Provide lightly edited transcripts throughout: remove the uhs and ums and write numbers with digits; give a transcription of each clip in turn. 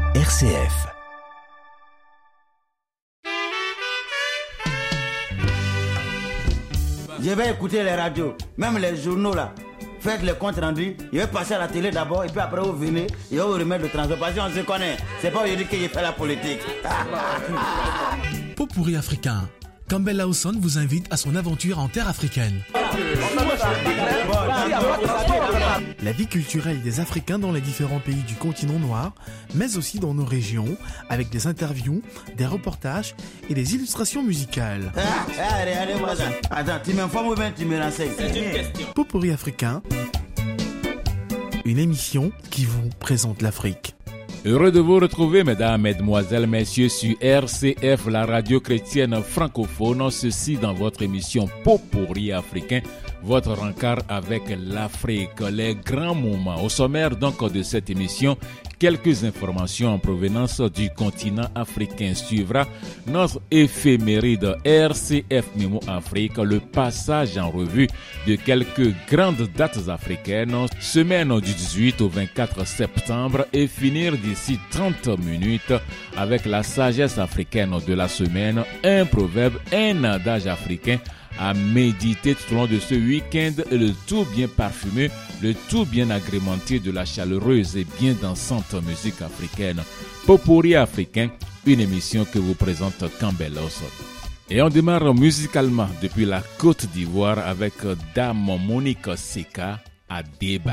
RCF. Je vais écouter les radios, même les journaux là. Faites les comptes rendus, je vais passer à la télé d'abord et puis après vous venez et on vous remettre le transport parce qu'on se connaît. C'est pas aujourd'hui que j'ai fait la politique. Pot pourri africain. Campbell Lawson vous invite à son aventure en terre africaine. La vie culturelle des Africains dans les différents pays du continent noir, mais aussi dans nos régions, avec des interviews, des reportages et des illustrations musicales. Regardez-moi ça. Attends, tu m'informes ou bien tu me renseignes? C'est une question. Pot pourri africain, une émission qui vous présente l'Afrique. Heureux de vous retrouver, mesdames, mesdemoiselles, messieurs, sur RCF, la radio chrétienne francophone. Ceci dans votre émission Pot pourri africain, votre rencard avec l'Afrique, les grands moments. Au sommaire donc de cette émission, quelques informations en provenance du continent africain. Suivra notre éphéméride RCF Mémo Afrique, le passage en revue de quelques grandes dates africaines, semaine du 18 au 24 septembre et finir d'ici 30 minutes avec la sagesse africaine de la semaine, un proverbe, un adage africain à méditer tout au long de ce week-end et le tout bien parfumé, le tout bien agrémenté de la chaleureuse et bien dansante musique africaine. Pot pourri africain, une émission que vous présente Campbell Lawson. Et on démarre musicalement depuis la Côte d'Ivoire avec Dame Monique Seka à Débat.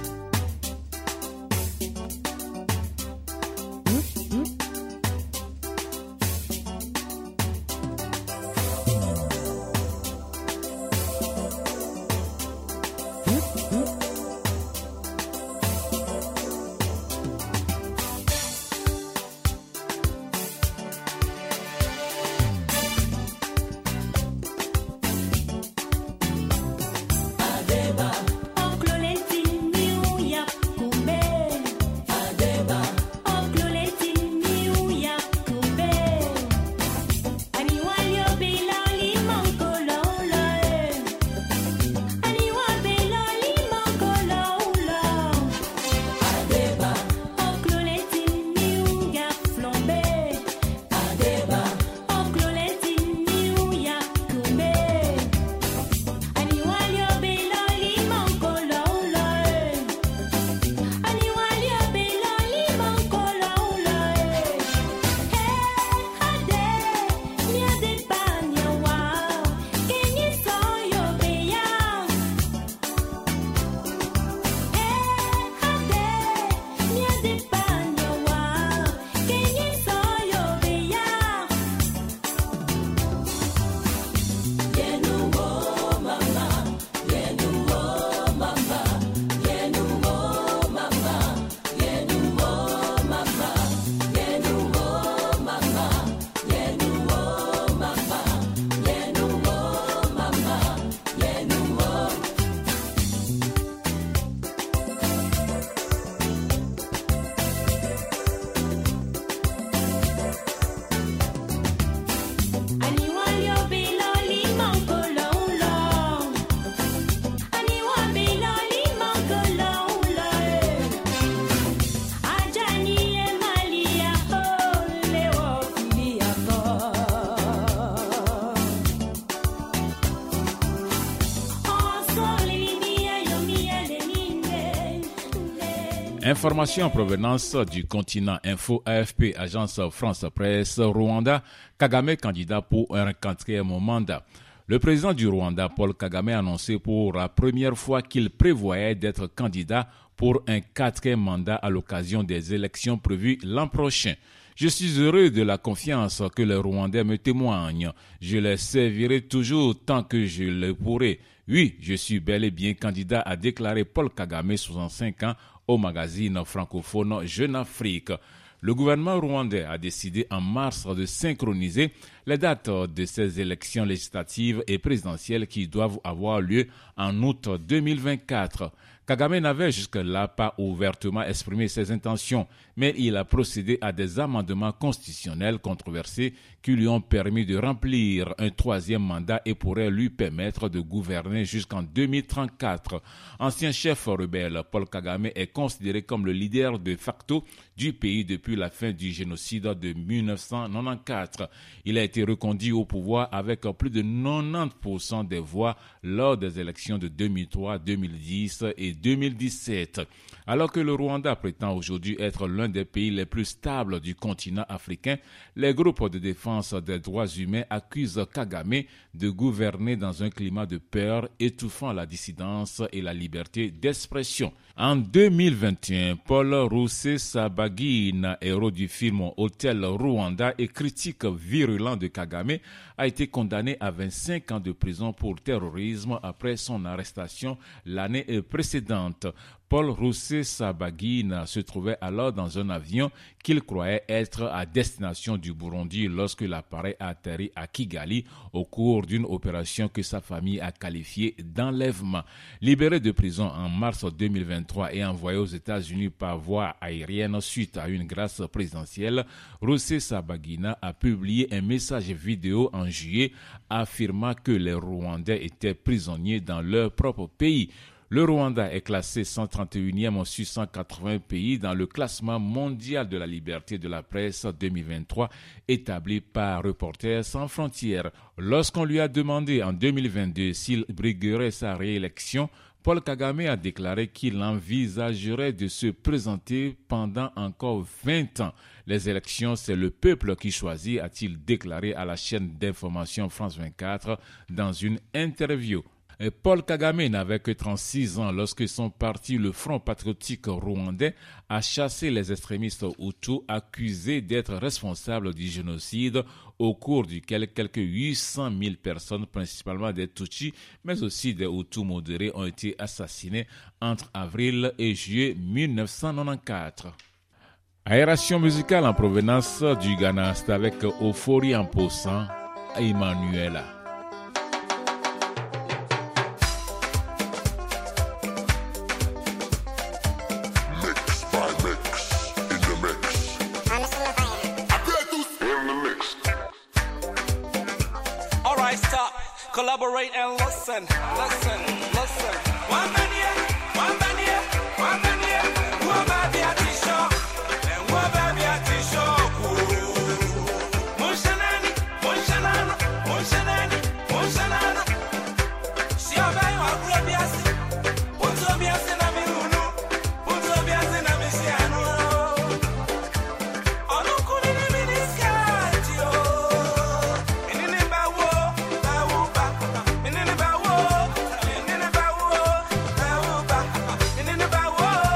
Information en provenance du continent Info AFP, Agence France Presse, Rwanda, Kagame candidat pour un 4e mandat. Le président du Rwanda, Paul Kagame, a annoncé pour la première fois qu'il prévoyait d'être candidat pour un 4e mandat à l'occasion des élections prévues l'an prochain. Je suis heureux de la confiance que les Rwandais me témoignent. Je les servirai toujours tant que je le pourrai. Oui, je suis bel et bien candidat, a déclaré Paul Kagame, 65 ans, au magazine francophone Jeune Afrique. Le gouvernement rwandais a décidé en mars de synchroniser les dates de ces élections législatives et présidentielles qui doivent avoir lieu en août 2024. Kagame n'avait jusque-là pas ouvertement exprimé ses intentions, mais il a procédé à des amendements constitutionnels controversés qui lui ont permis de remplir un troisième mandat et pourraient lui permettre de gouverner jusqu'en 2034. Ancien chef rebelle, Paul Kagame est considéré comme le leader de facto du pays depuis la fin du génocide de 1994. Il a été reconduit au pouvoir avec plus de 90% des voix lors des élections de 2003, 2010 et 2017. Alors que le Rwanda prétend aujourd'hui être l'un des pays les plus stables du continent africain, les groupes de défense des droits humains accusent Kagame de gouverner dans un climat de peur, étouffant la dissidence et la liberté d'expression. En 2021, Paul Rusesabagina, héros du film Hôtel Rwanda et critique virulent de Kagame, a été condamné à 25 ans de prison pour terrorisme après son arrestation l'année précédente. Paul Rusesabagina se trouvait alors dans un avion qu'il croyait être à destination du Burundi lorsque l'appareil a atterri à Kigali au cours d'une opération que sa famille a qualifiée d'enlèvement. Libéré de prison en mars 2023 et envoyé aux États-Unis par voie aérienne suite à une grâce présidentielle, Rusesabagina a publié un message vidéo en juillet affirmant que les Rwandais étaient prisonniers dans leur propre pays. Le Rwanda est classé 131e sur 180 pays dans le classement mondial de la liberté de la presse 2023 établi par Reporters sans frontières. Lorsqu'on lui a demandé en 2022 s'il briguerait sa réélection, Paul Kagame a déclaré qu'il envisagerait de se présenter pendant encore 20 ans. Les élections, c'est le peuple qui choisit, a-t-il déclaré à la chaîne d'information France 24 dans une interview. Paul Kagame n'avait que 36 ans lorsque son parti, le Front patriotique rwandais, a chassé les extrémistes Hutus accusés d'être responsables du génocide au cours duquel quelques 800 000 personnes, principalement des Tutsis, mais aussi des Hutus modérés, ont été assassinés entre avril et juillet 1994. Aération musicale en provenance du Ghana, c'est avec Ofori Amposan et Emmanuela. Collaborate and listen. One man here, one man here, one man here. One baby at the shop, and one baby at the shop. Mushanani, mushanana, mushanani, mushanana. Si on va y avoir biasi, unzo biasi na miunu, unzo biasi na misiano. Ono kulini minisiatio, inini bawo. Minini bawo,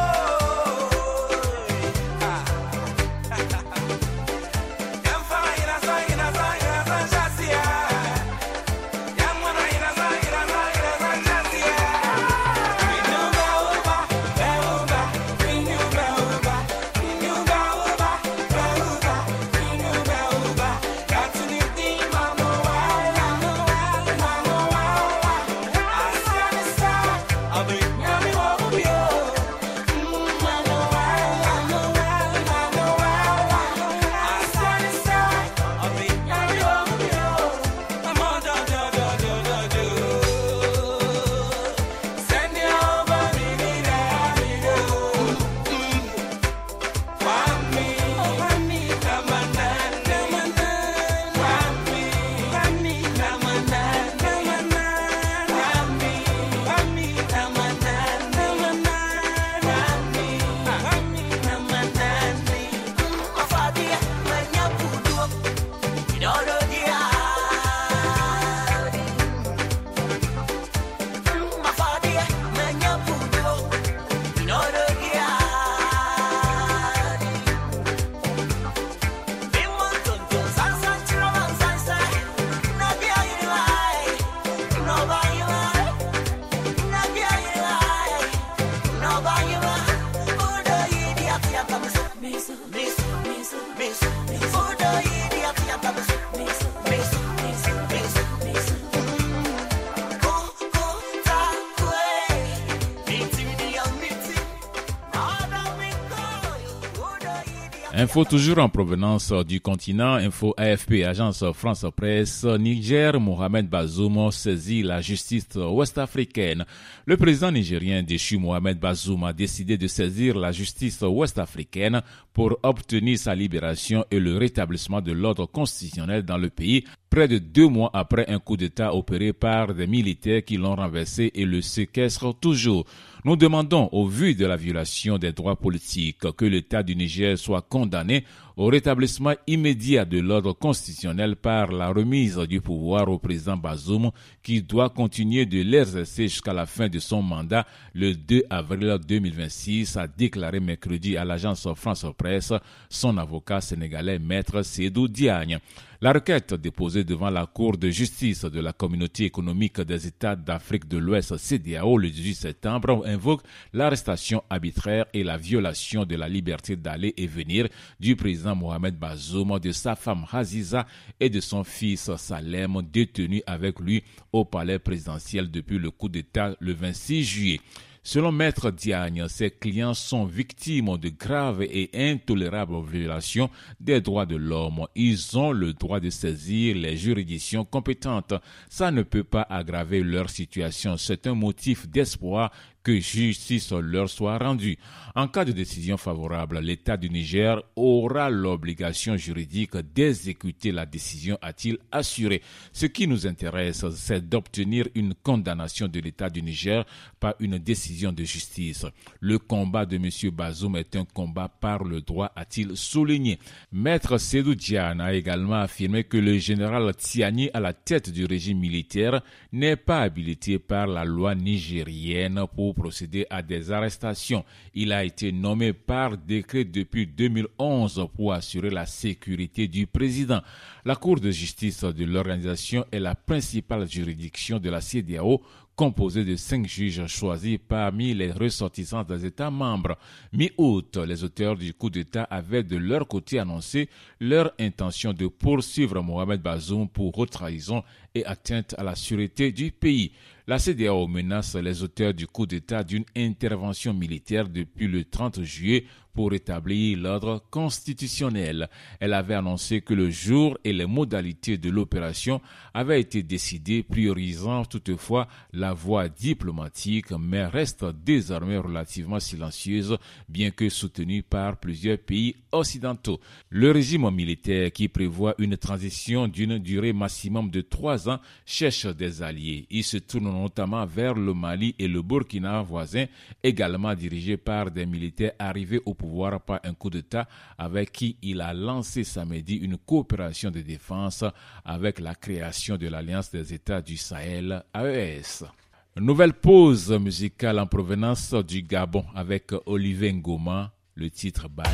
Info toujours en provenance du continent, info AFP, agence France Presse, Niger, Mohamed Bazoum saisit la justice ouest-africaine. Le président nigérien déchu Mohamed Bazoum a décidé de saisir la justice ouest-africaine pour obtenir sa libération et le rétablissement de l'ordre constitutionnel dans le pays, près de 2 mois après un coup d'État opéré par des militaires qui l'ont renversé et le séquestrent toujours. Nous demandons, au vu de la violation des droits politiques, que l'État du Niger soit condamné au rétablissement immédiat de l'ordre constitutionnel par la remise du pouvoir au président Bazoum, qui doit continuer de l'exercer jusqu'à la fin de son mandat le 2 avril 2026, a déclaré mercredi à l'agence France Presse son avocat sénégalais Maître Sédou Diagne. La requête déposée devant la Cour de justice de la Communauté économique des États d'Afrique de l'Ouest CEDEAO le 18 septembre invoque l'arrestation arbitraire et la violation de la liberté d'aller et venir du président Mohamed Bazoum, de sa femme Aziza et de son fils Salem, détenus avec lui au palais présidentiel depuis le coup d'État le 26 juillet. Selon Maître Diagne, ses clients sont victimes de graves et intolérables violations des droits de l'homme. Ils ont le droit de saisir les juridictions compétentes. Ça ne peut pas aggraver leur situation. C'est un motif d'espoir que justice leur soit rendue. En cas de décision favorable, l'État du Niger aura l'obligation juridique d'exécuter la décision, a-t-il assuré. Ce qui nous intéresse, c'est d'obtenir une condamnation de l'État du Niger par une décision de justice. Le combat de M. Bazoum est un combat par le droit, a-t-il souligné. Maître Sédou Diagne a également affirmé que le général Tiani, à la tête du régime militaire, n'est pas habilité par la loi nigérienne pour procéder à des arrestations. Il a été nommé par décret depuis 2011 pour assurer la sécurité du président. La Cour de justice de l'organisation est la principale juridiction de la CEDEAO, composée de 5 juges choisis parmi les ressortissants des États membres. Mi-août, les auteurs du coup d'État avaient de leur côté annoncé leur intention de poursuivre Mohamed Bazoum pour haute trahison et atteinte à la sûreté du pays. La CEDEAO menace les auteurs du coup d'État d'une intervention militaire depuis le 30 juillet pour rétablir l'ordre constitutionnel. Elle avait annoncé que le jour et les modalités de l'opération avaient été décidés, priorisant toutefois la voie diplomatique, mais reste désormais relativement silencieuse, bien que soutenue par plusieurs pays occidentaux. Le régime militaire, qui prévoit une transition d'une durée maximum de 3 ans, cherche des alliés. Il se tourne notamment vers le Mali et le Burkina voisin, également dirigés par des militaires arrivés au pouvoir par un coup d'État, avec qui il a lancé samedi une coopération de défense avec la création de l'Alliance des États du Sahel, AES. Nouvelle pause musicale en provenance du Gabon avec Olivier Ngoma, le titre Bani.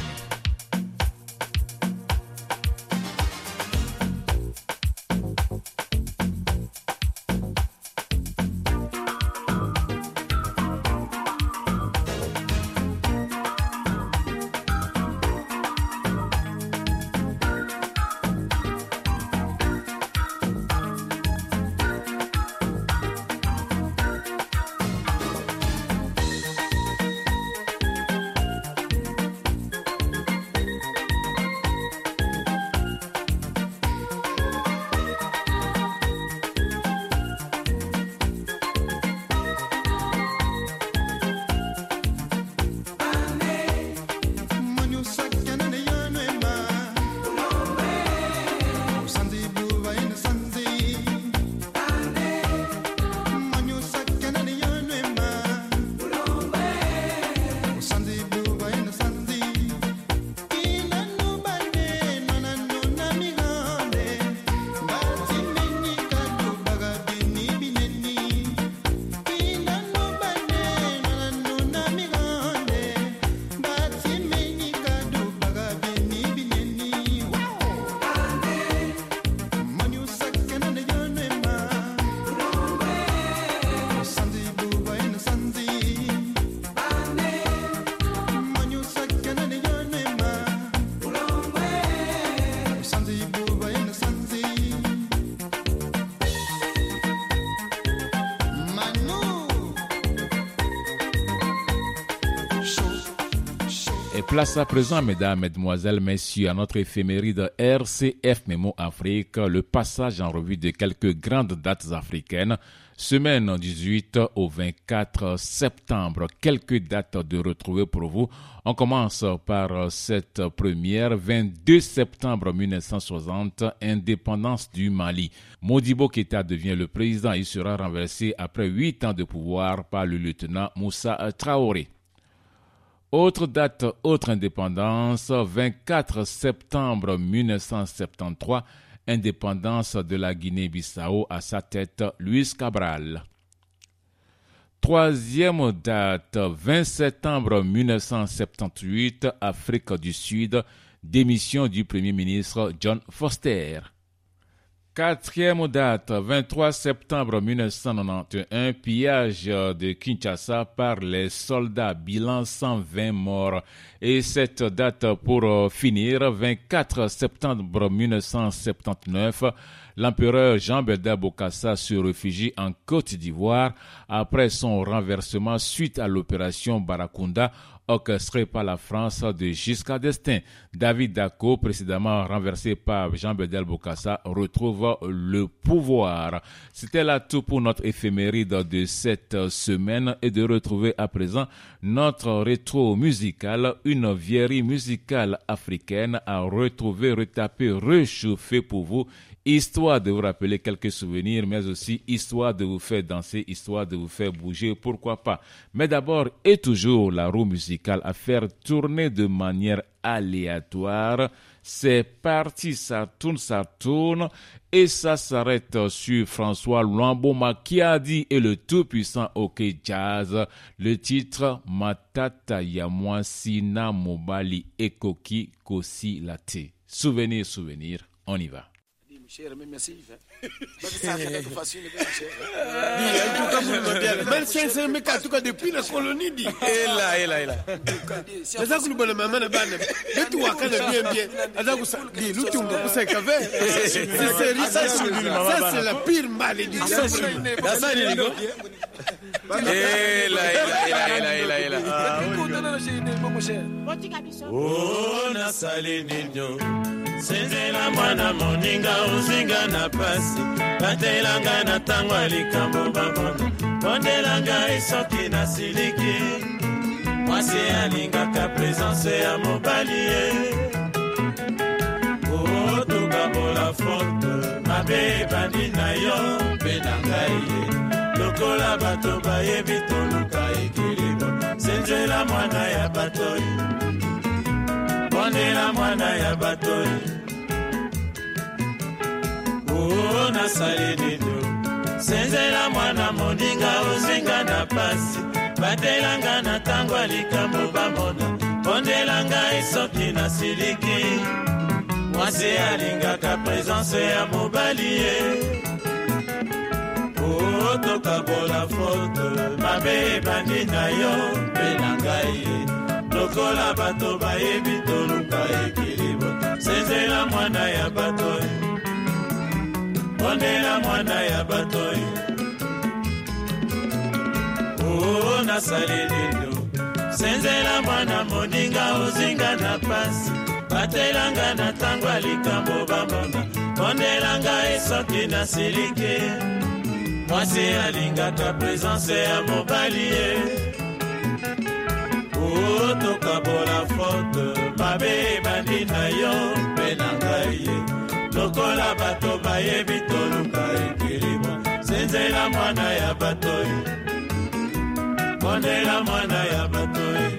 Place à présent, mesdames, mesdemoiselles, messieurs, à notre éphéméride RCF Mémo Afrique, le passage en revue de quelques grandes dates africaines. Semaine 18 au 24 septembre, quelques dates de retrouver pour vous. On commence par cette première, 22 septembre 1960, indépendance du Mali. Modibo Keïta devient le président. Il sera renversé après 8 ans de pouvoir par le lieutenant Moussa Traoré. Autre date, autre indépendance, 24 septembre 1973, indépendance de la Guinée-Bissau, à sa tête Luis Cabral. Troisième date, 20 septembre 1978, Afrique du Sud, démission du Premier ministre John Foster. Quatrième date, 23 septembre 1991, pillage de Kinshasa par les soldats, bilan 120 morts. Et cette date pour finir, 24 septembre 1979, l'empereur Jean-Bédard Bokassa se réfugie en Côte d'Ivoire après son renversement suite à l'opération Barakunda orchestrée par la France de Giscard d'Estaing. David Dacko, précédemment renversé par Jean-Bédard Bokassa, retrouve le pouvoir. C'était là tout pour notre éphéméride de cette semaine et de retrouver à présent notre rétro musical, une vieillerie musicale africaine à retrouver, retaper, réchauffer pour vous, histoire de vous rappeler quelques souvenirs, mais aussi histoire de vous faire danser, histoire de vous faire bouger, pourquoi pas. Mais d'abord et toujours la roue musicale à faire tourner de manière aléatoire. C'est parti, ça tourne et ça s'arrête sur François Luamboma Kiadi et le tout-puissant OK Jazz. Le titre Matata Yamwa Sina Mobali Ekoki Kosi Late. Souvenir, on y va. Cher, mais merci. Depuis la colonie. Et là. Les gens qui nous maman ça c'est la pire malédiction. Oh, na sali nino. Senzela mwana moninga uzinga na pasi batelanga na tango likambo babona bondelanga isoki na siliki mwasi alingaka présence ya mobali otokabola fote mabe bandi na yo mpe na ngai lokola bato bayebi toluka ekilibo senzela mwana ya batoi bondela mwana ya batoi na sali nino senzela mwana moninga uzinga na pasi batelanga na tango likambo bamona bondelanga isoki na siliki mwasi alingaka présence ya mobali tokabola fote mabe bandi na yo mpe na ngai lokola bato bayebi toluka ekilibo senzela mwana ya batoi bondela mwana ya batoi na sali nino senzela mwana moninga uzinga na pasi batelanga na tango likambo bamona bondelanga esoki na siliki mwasi alingaka présence ya mobali tokabola fote mabe bandi na yo mpe na ngai lokola bato bayebi toluka ekilibo senzela mwana ya batoi bondela mwana ya batoi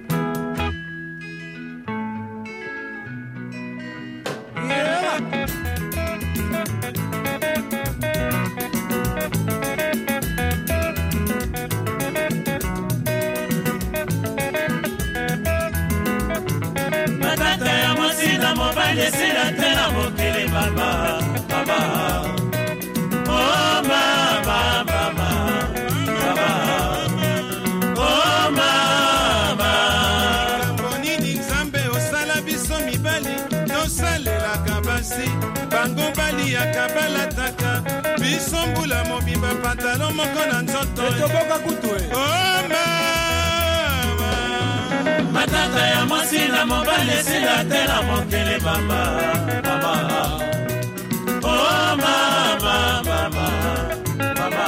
matata ya mwasi na mobali esila te na mokili baba oh mama oh mama bonini nzambe osala biso mibali tosalelaka basi bango baliaka balataka biso mbula mobimba pantalo moko na nzoto toboka kutu oh mama matata ya mwasi na mobali esila te na mokili mama mama oh mama mama mama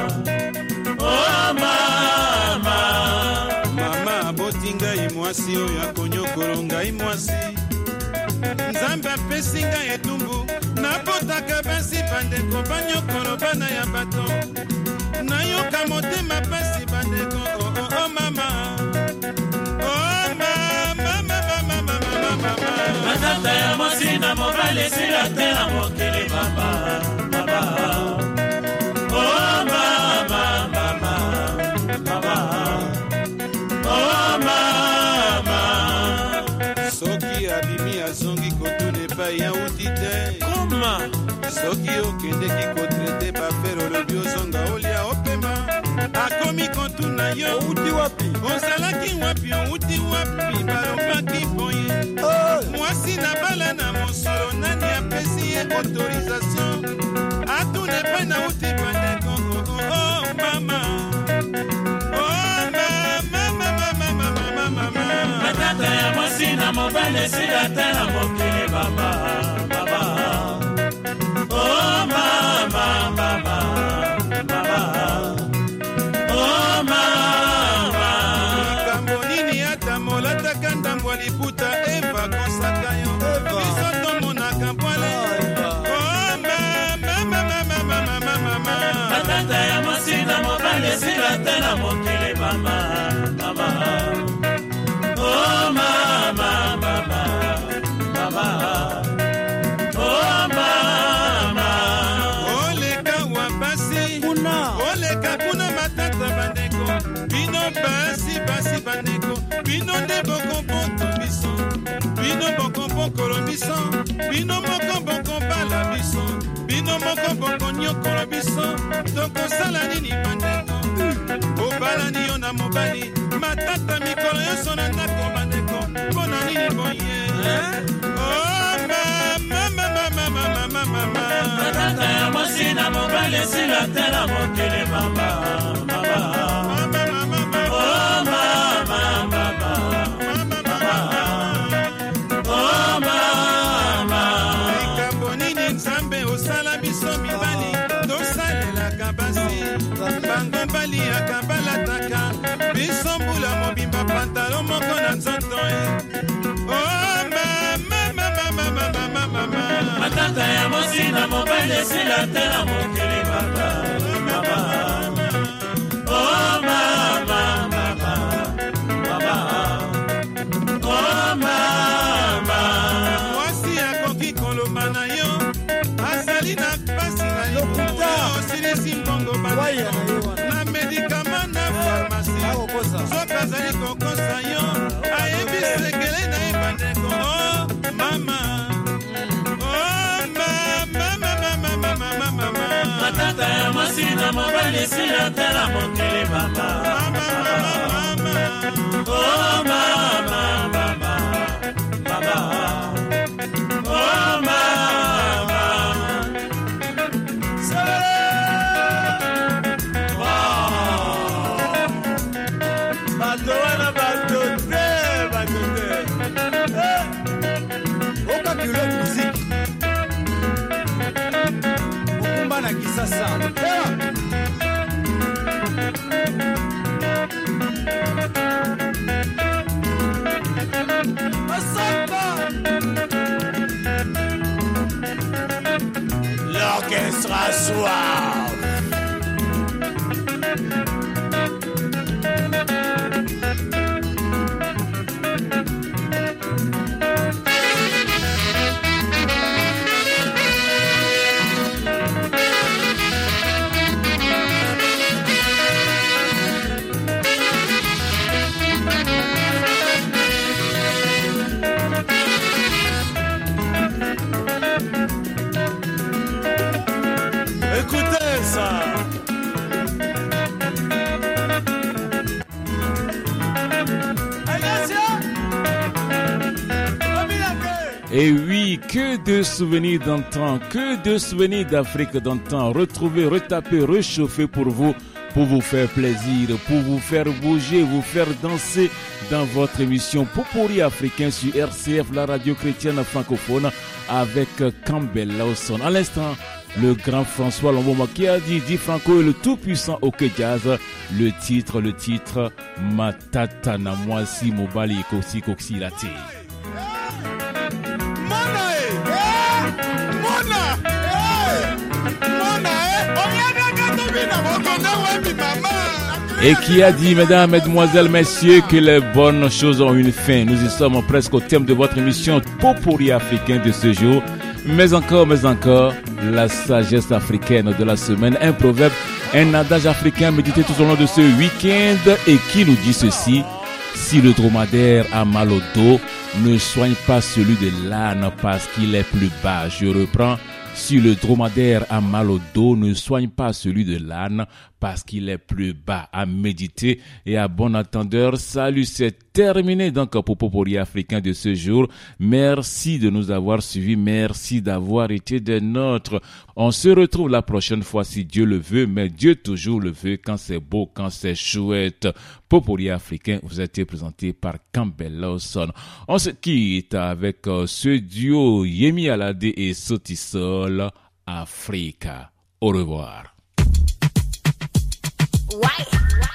oh mama mama aboti ngai mwasi oyo akonyokolo ngai mwasi nzambe apesi ngai etumbu napotaka basi bandeko banyokolo bana ya bato nayoka motema pasi bandeko oh mama oh mama mama mama matata ya mwasi na mobali esila te na mokili mama mama oh mama mama mama oh mama soki abimi azongi kotuna epai ya uti te koma soki okendeki kotrete bafere olobi ozonga olia opema akomi kotuna yo outi wapi ozalaki wapi outi wapi balobaki boye mwasi na bala na mosolo nani apesi ye autorisation atuna epai na uti bandeko oh mama oh mama mama matata ya mwasi na mobali esila te na mokili mama mama oh mama mama mama oh mama likambo nini ata molataka ndambo liputa eva kosaka yo biso tomonaka mpwale oh mama matata ya mwasi na mobali esila te na mokili mama mama oh mama mama mama oh mama oleka wa basi oleka kuna matata bandeko bino basi bandeko bino nde bokomponto biso bino bokompokolo biso bino moko bokombala biso bino moko bokonyokolo biso tokosala nini bandeko obalani yo na mobali matata mikolo nyonso na ndako bandeko mpona nini boye matata ya mwasi na mobali esila te na mokili mama mama oh mama mama oh mama likambo nini nzambe osala biso mibali tosalelaka basi bango mbali akabalataka biso mbula mobimba pantalo moko na nzoto oh mama matata ya mwasi na mobali esila te na mokili mama mama oh mama mama mama oh mama mwasi akoki koloba na yo azali na pasi na libumu osilisi mbongo bana na medikama na farmasi soki azali kokosa yo ayebi sekele na ye bandeko oh mama matata ya mwasi na mobali esila te na mokili mama oh mama mama mama oh mama bato wana bato te okakilo muziki okumba na kisasa l'orchestre soir écoutez ça. Et oui, que de souvenirs d'antan, que de souvenirs d'Afrique d'antan, retrouvés, retapés, réchauffés pour vous pour vous faire plaisir, pour vous faire bouger, vous faire danser dans votre émission Popori africain sur RCF, la radio chrétienne francophone, avec Campbell Lawson. À l'instant, le grand François Lomboma qui a dit Franco est le tout-puissant OK Jazz. Le titre, Matata na mwasi mobali kosi koksi lati. Et qui a dit, mesdames, mesdemoiselles, messieurs, que les bonnes choses ont une fin. Nous y sommes presque au thème de votre émission Popori africain de ce jour. Mais encore, la sagesse africaine de la semaine, un proverbe, un adage africain médité tout au long de ce week-end et qui nous dit ceci: si le dromadaire a mal au dos, ne soigne pas celui de l'âne parce qu'il est plus bas. Je reprends. Si le dromadaire a mal au dos, ne soigne pas celui de l'âne parce qu'il est plus bas. À méditer et à bon entendeur. Salut, c'est terminé donc pour Popori africain de ce jour. Merci de nous avoir suivis. Merci d'avoir été des nôtres. On se retrouve la prochaine fois si Dieu le veut, mais Dieu toujours le veut quand c'est beau, quand c'est chouette. Popori africain vous a été présenté par Campbell Lawson. On se quitte avec ce duo Yemi Alade et Sotisol Africa. Au revoir. Why?